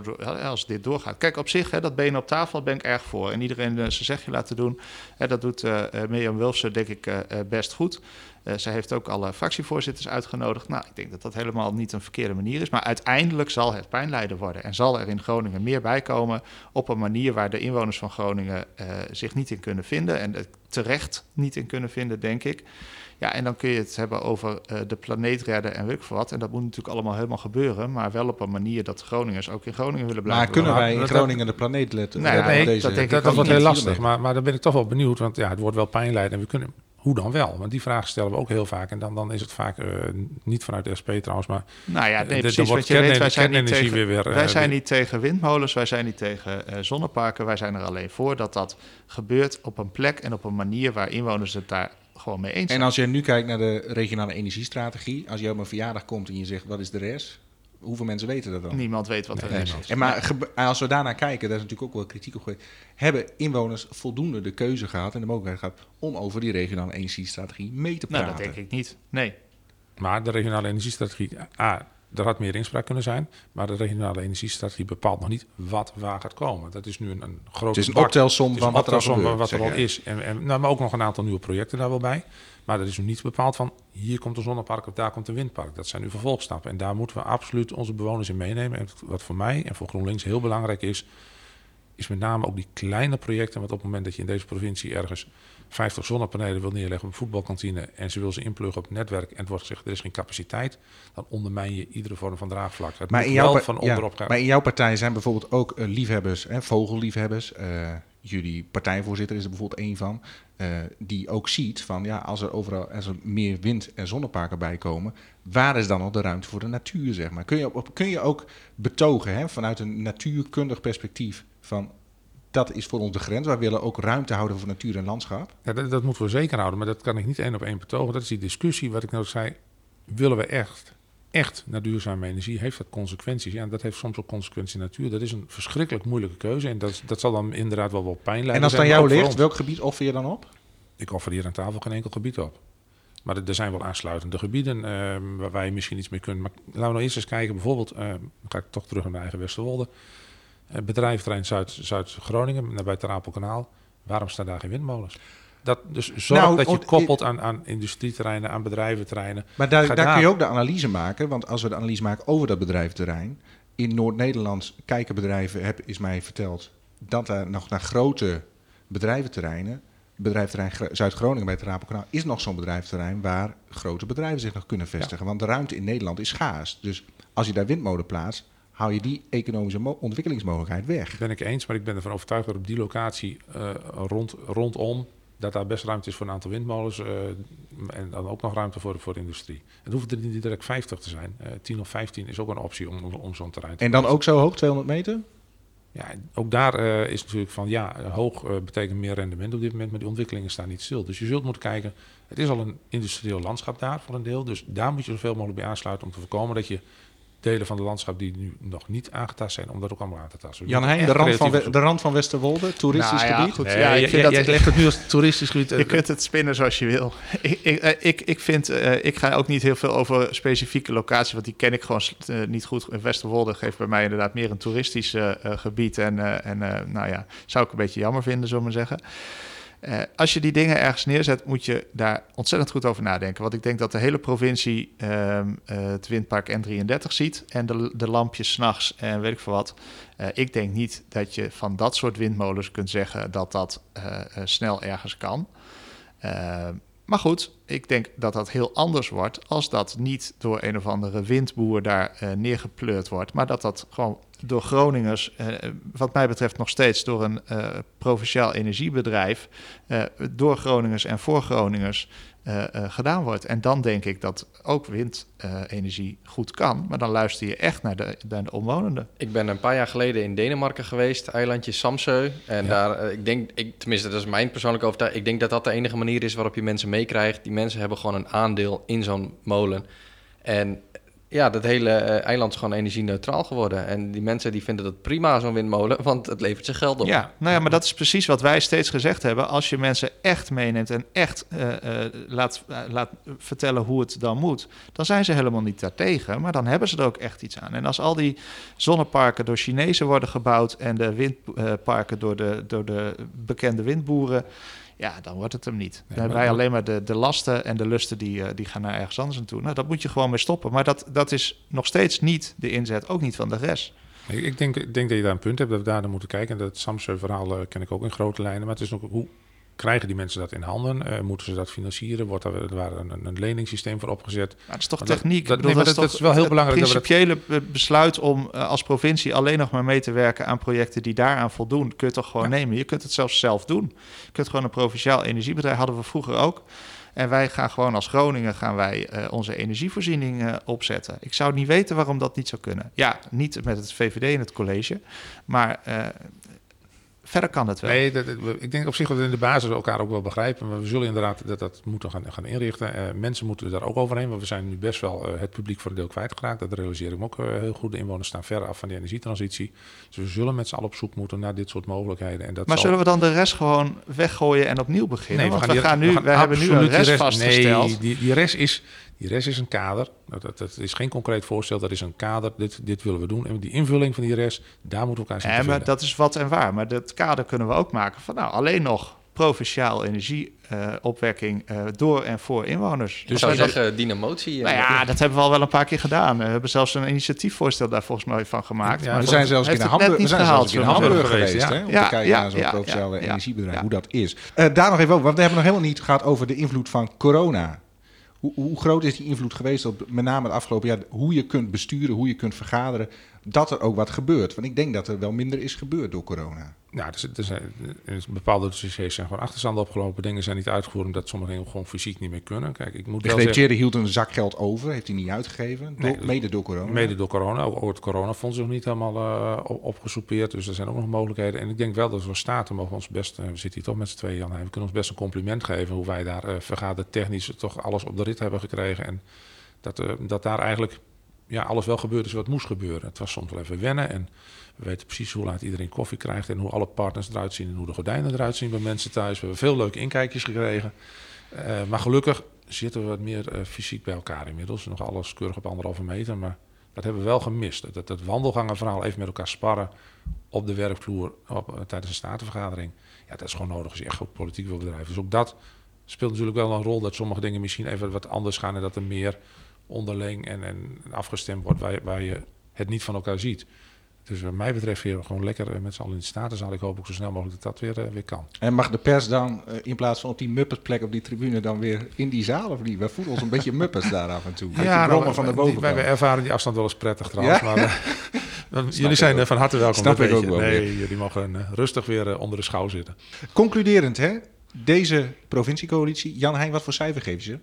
als dit doorgaat. Kijk, op zich, dat benen op tafel ben ik erg voor. En iedereen zijn zegje laten doen. Dat doet Mirjam Wulfsen, denk ik, best goed. Zij heeft ook alle fractievoorzitters uitgenodigd. Nou, ik denk dat dat helemaal niet een verkeerde manier is. Maar uiteindelijk zal het pijnlijden worden. En zal er in Groningen meer bij komen op een manier waar de inwoners van Groningen zich niet in kunnen vinden. En terecht niet in kunnen vinden, denk ik. Ja, en dan kun je het hebben over de planeet redden en weet ik veel wat. En dat moet natuurlijk allemaal helemaal gebeuren. Maar wel op een manier dat Groningers ook in Groningen willen blijven. Maar kunnen wij in Groningen de planeet letten? Nee, dat wordt heel lastig. Maar dan ben ik toch wel benieuwd. Want ja, het wordt wel pijnlijden. En we kunnen... Hoe dan wel? Want die vraag stellen we ook heel vaak. En dan is het vaak niet vanuit de SP trouwens, maar... Nou ja, nee, precies. Want je weet, wij zijn niet tegen windmolens, wij zijn niet tegen zonneparken. Wij zijn er alleen voor dat gebeurt op een plek en op een manier waar inwoners het daar gewoon mee eens zijn. En als je nu kijkt naar de regionale energiestrategie, als je op een verjaardag komt en je zegt, wat is de rest? Hoeveel mensen weten dat dan? Niemand weet wat er is. En maar als we daarnaar kijken, daar is natuurlijk ook wel kritiek op geweest. Hebben inwoners voldoende de keuze gehad en de mogelijkheid gehad om over die regionale energiestrategie mee te praten? Nou, dat denk ik niet. Nee. Maar de regionale energiestrategie, er had meer inspraak kunnen zijn. Maar de regionale energiestrategie bepaalt nog niet wat waar gaat komen. Dat is nu een grote... Het is een optelsom van wat er al is. Maar ook nog een aantal nieuwe projecten daar wel bij. Maar er is nu niet bepaald van, hier komt een zonnepark of daar komt een windpark. Dat zijn nu vervolgstappen. En daar moeten we absoluut onze bewoners in meenemen. En wat voor mij en voor GroenLinks heel belangrijk is met name ook die kleine projecten. Want op het moment dat je in deze provincie ergens 50 zonnepanelen wil neerleggen op een voetbalkantine en ze wil ze inpluggen op het netwerk en het wordt gezegd, er is geen capaciteit, dan ondermijn je iedere vorm van draagvlak. Het maar, moet wel van onderop gaan. Maar in jouw partij zijn bijvoorbeeld ook liefhebbers, vogelliefhebbers. Jullie partijvoorzitter is er bijvoorbeeld één van. Die ook ziet van, ja, als er meer wind- en zonneparken bij komen, waar is dan nog de ruimte voor de natuur, zeg maar? Kun je ook betogen, vanuit een natuurkundig perspectief, van dat is voor ons de grens. Wij willen ook ruimte houden voor natuur en landschap. Ja, dat moeten we zeker houden, maar dat kan ik niet één op één betogen. Dat is die discussie, wat ik net zei. Willen we echt naar duurzame energie? Heeft dat consequenties? Ja, dat heeft soms ook consequenties in natuur. Dat is een verschrikkelijk moeilijke keuze. En dat zal dan inderdaad wel wat pijn leiden. En als het aan jou ligt, welk gebied offer je dan op? Ik offer hier aan tafel geen enkel gebied op. Maar er zijn wel aansluitende gebieden waar je misschien iets mee kunt. Maar laten we nou eerst eens kijken. Bijvoorbeeld, ga ik toch terug naar mijn eigen Westerwolde. Bedrijventerrein Zuid-Groningen, nabij het Rapelkanaal. Waarom staan daar geen windmolens? Dus zorg dat je koppelt aan industrieterreinen, aan bedrijventerreinen. Maar daar kun je ook de analyse maken. Want als we de analyse maken over dat bedrijventerrein, in Noord-Nederland kijken bedrijven, is mij verteld, dat er nog naar grote bedrijventerreinen, bedrijventerrein Zuid-Groningen bij het Rapelkanaal, is nog zo'n bedrijventerrein waar grote bedrijven zich nog kunnen vestigen. Ja. Want de ruimte in Nederland is schaars. Dus als je daar windmolen plaatst, hou je die economische ontwikkelingsmogelijkheid weg. Dat ben ik eens, maar ik ben ervan overtuigd dat op die locatie rondom, dat daar best ruimte is voor een aantal windmolens en dan ook nog ruimte voor de industrie. Het hoeft er niet direct 50 te zijn. 10 of 15 is ook een optie om zo'n terrein te En dan ook zo hoog, 200 meter? Ja, ook daar is natuurlijk van, hoog betekent meer rendement op dit moment, maar die ontwikkelingen staan niet stil. Dus je zult moeten kijken, het is al een industrieel landschap daar voor een deel, dus daar moet je zoveel mogelijk bij aansluiten om te voorkomen dat je delen van het landschap die nu nog niet aangetast zijn, om dat ook allemaal aan te tasten. Jan Heijn, de rand van Westerwolde, toeristisch gebied? Goed, jij legt het nu als toeristisch gebied. Je kunt het spinnen zoals je wil. Ik ga ook niet heel veel over specifieke locaties, want die ken ik gewoon niet goed. Westerwolde geeft bij mij inderdaad meer een toeristisch gebied. Zou ik een beetje jammer vinden, zullen we maar zeggen. Als je die dingen ergens neerzet, moet je daar ontzettend goed over nadenken. Want ik denk dat de hele provincie het windpark N33 ziet en de lampjes 's nachts en weet ik veel wat. Ik denk niet dat je van dat soort windmolens kunt zeggen dat snel ergens kan. Maar goed, ik denk dat dat heel anders wordt als dat niet door een of andere windboer daar neergepleurd wordt. Maar dat gewoon door Groningers, wat mij betreft nog steeds door een provinciaal energiebedrijf, door Groningers en voor Groningers gedaan wordt. En dan denk ik dat ook windenergie goed kan. Maar dan luister je echt naar de omwonenden. Ik ben een paar jaar geleden in Denemarken geweest, eilandje Samsø. En daar, tenminste dat is mijn persoonlijke overtuiging, ik denk dat dat de enige manier is waarop je mensen meekrijgt. Die mensen hebben gewoon een aandeel in zo'n molen. En ja, dat hele eiland is gewoon energie-neutraal geworden. En die mensen die vinden dat prima, zo'n windmolen, want het levert ze geld op. Ja, nou ja, maar dat is precies wat wij steeds gezegd hebben. Als je mensen echt meeneemt en echt laat vertellen hoe het dan moet, dan zijn ze helemaal niet daartegen, maar dan hebben ze er ook echt iets aan. En als al die zonneparken door Chinezen worden gebouwd en de windparken door de bekende windboeren, ja, dan wordt het hem niet. Dan hebben wij alleen maar de lasten en de lusten die gaan naar ergens anders naartoe. Nou, dat moet je gewoon mee stoppen. Maar dat is nog steeds niet de inzet, ook niet van de rest. Ik denk dat je daar een punt hebt, dat we daar naar moeten kijken. En dat Samsø-verhaal ken ik ook in grote lijnen. Maar het is nog, hoe krijgen die mensen dat in handen? Moeten ze dat financieren? Wordt er een leningssysteem voor opgezet? Maar dat is toch techniek? Dat is wel heel belangrijk. Het principiële besluit om als provincie alleen nog maar mee te werken aan projecten die daaraan voldoen, kun je toch gewoon nemen. Je kunt het zelfs zelf doen. Je kunt gewoon een provinciaal energiebedrijf, hadden we vroeger ook. En wij gaan gewoon als Groningen onze energievoorziening opzetten. Ik zou niet weten waarom dat niet zou kunnen. Ja, niet met het VVD in het college, maar verder kan het wel. Nee, ik denk op zich dat we in de basis elkaar ook wel begrijpen. Maar we zullen inderdaad dat moeten gaan inrichten. Mensen moeten daar ook overheen. Want we zijn nu best wel het publiek voor een deel kwijtgeraakt. Dat realiseer ik me ook heel goed. De inwoners staan ver af van de energietransitie. Dus we zullen met z'n allen op zoek moeten naar dit soort mogelijkheden. En dat zullen we dan de rest gewoon weggooien en opnieuw beginnen? Nee, want we hebben nu een rest vastgesteld. Nee, die rest is een kader. Dat is geen concreet voorstel, dat is een kader. Dit willen we doen. En die invulling van die rest, daar moeten we elkaar zien te vinden. Maar dat is wat en waar. Maar dat kader kunnen we ook maken van alleen nog provinciaal energieopwekking door en voor inwoners. Dus zou je zeggen, die motie? Nou ja, dat hebben we al wel een paar keer gedaan. We hebben zelfs een initiatiefvoorstel daar volgens mij van gemaakt. Ja, we zijn zelfs in Hamburg geweest, hè, om te kijken naar zo'n provinciaal energiebedrijf, hoe dat is. Daar nog even over, want we hebben nog helemaal niet gehad over de invloed van corona. Hoe groot is die invloed geweest op met name het afgelopen jaar, hoe je kunt besturen, hoe je kunt vergaderen, dat er ook wat gebeurt? Want ik denk dat er wel minder is gebeurd door corona. Nou, bepaalde dossiers zijn gewoon achterstanden opgelopen. Dingen zijn niet uitgevoerd omdat sommige dingen gewoon fysiek niet meer kunnen. Kijk, ik moet de gedeputeerde hield een zak geld over, heeft hij niet uitgegeven, mede door corona. Mede door corona, ook het coronafonds is nog niet helemaal opgesoupeerd, dus er zijn ook nog mogelijkheden. En ik denk wel dat we staten mogen ons best, we zitten hier toch met z'n tweeën, Jan, we kunnen ons best een compliment geven hoe wij daar vergadertechnisch toch alles op de rit hebben gekregen. En dat daar eigenlijk alles wel gebeurd is wat moest gebeuren. Het was soms wel even wennen en we weten precies hoe laat iedereen koffie krijgt en hoe alle partners eruit zien en hoe de gordijnen eruit zien bij mensen thuis. We hebben veel leuke inkijkjes gekregen. Maar gelukkig zitten we wat meer fysiek bij elkaar inmiddels. Nog alles keurig op 1,5 meter, maar dat hebben we wel gemist. Dat wandelgangenverhaal even met elkaar sparren op de werkvloer tijdens een statenvergadering. Ja, dat is gewoon nodig als je echt goed politiek wil bedrijven. Dus ook dat speelt natuurlijk wel een rol dat sommige dingen misschien even wat anders gaan en dat er meer onderling en afgestemd wordt waar je het niet van elkaar ziet. Dus wat mij betreft weer gewoon lekker met z'n allen in de statenzaal. Ik hoop ook zo snel mogelijk dat weer kan. En mag de pers dan in plaats van op die Muppetplek op die tribune dan weer in die zaal of niet? We voelen ons een beetje Muppets daar af en toe. Ja, van de bovenkant. Wij ervaren die afstand wel eens prettig trouwens. Ja? Maar jullie zijn van harte welkom. Snap ik ook wel. Nee, jullie mogen rustig weer onder de schouw zitten. Concluderend, hè? Deze provinciecoalitie. Jan Heijn, wat voor cijfer geef je ze?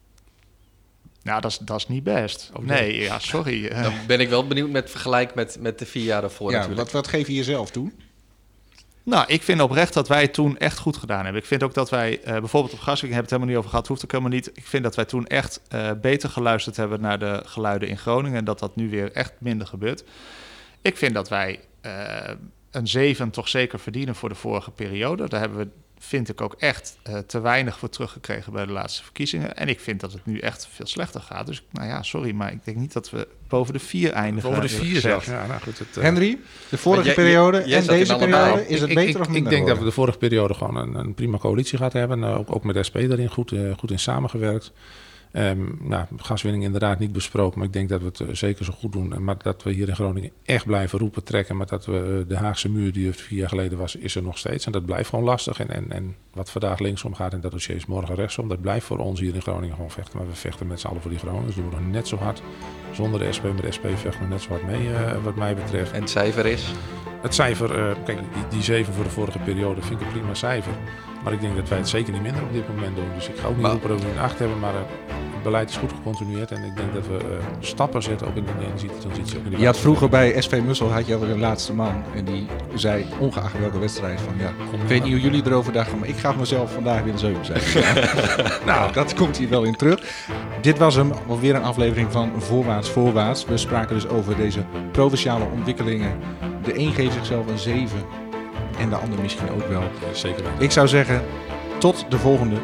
Nou, dat is niet best. Nee, ja, sorry. Dan ben ik wel benieuwd met vergelijk met de 4 jaar daarvoor natuurlijk. Wat geef je jezelf toen? Nou, ik vind oprecht dat wij het toen echt goed gedaan hebben. Ik vind ook dat wij, bijvoorbeeld op Gaswijk, hebben het helemaal niet over gehad, hoeft ook helemaal niet. Ik vind dat wij toen echt beter geluisterd hebben naar de geluiden in Groningen en dat nu weer echt minder gebeurt. Ik vind dat wij een 7 toch zeker verdienen voor de vorige periode. Daar hebben we, vind ik ook echt te weinig voor teruggekregen bij de laatste verkiezingen. En ik vind dat het nu echt veel slechter gaat. Dus nou ja, sorry, maar ik denk niet dat we boven de 4 eindigen. Boven de 4 zelfs. Ja, nou goed, Henry, de vorige periode en deze periode, is het beter of minder? Ik denk dat we de vorige periode gewoon een prima coalitie gehad hebben. Ook met de SP daarin goed in samengewerkt. Gaswinning inderdaad niet besproken, maar ik denk dat we het zeker zo goed doen. Maar dat we hier in Groningen echt blijven roepen, trekken. Maar dat we de Haagse muur die er 4 jaar geleden was, is er nog steeds. En dat blijft gewoon lastig. En wat vandaag linksom gaat en dat dossier is morgen rechtsom. Dat blijft voor ons hier in Groningen gewoon vechten. Maar we vechten met z'n allen voor die Groningers. Dus doen we nog net zo hard. Zonder de SP, met de SP vechten we net zo hard mee wat mij betreft. En het cijfer is? Het cijfer, kijk, die 7 voor de vorige periode vind ik een prima cijfer. Maar ik denk dat wij het zeker niet minder op dit moment doen. Dus ik ga ook niet roepen dat we in 8 hebben, maar het beleid is goed gecontinueerd. En ik denk dat we stappen zetten ook in de energietransitie. Je had vroeger bij SV Mussel had je alweer een laatste man. En die zei, ongeacht welke wedstrijd, van ja, ik weet niet hoe jullie erover dachten, maar ik ga mezelf vandaag weer een 7 zijn. Nou, dat komt hier wel in terug. Dit was hem, alweer een aflevering van Voorwaarts. We spraken dus over deze provinciale ontwikkelingen. De een geeft zichzelf een 7 en de ander misschien ook wel. Ja, zeker wel. Ik zou zeggen, tot de volgende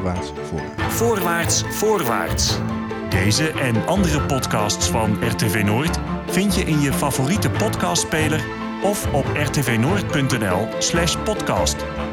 Voorwaarts. Deze en andere podcasts van RTV Noord vind je in je favoriete podcastspeler of op rtvnoord.nl/podcast.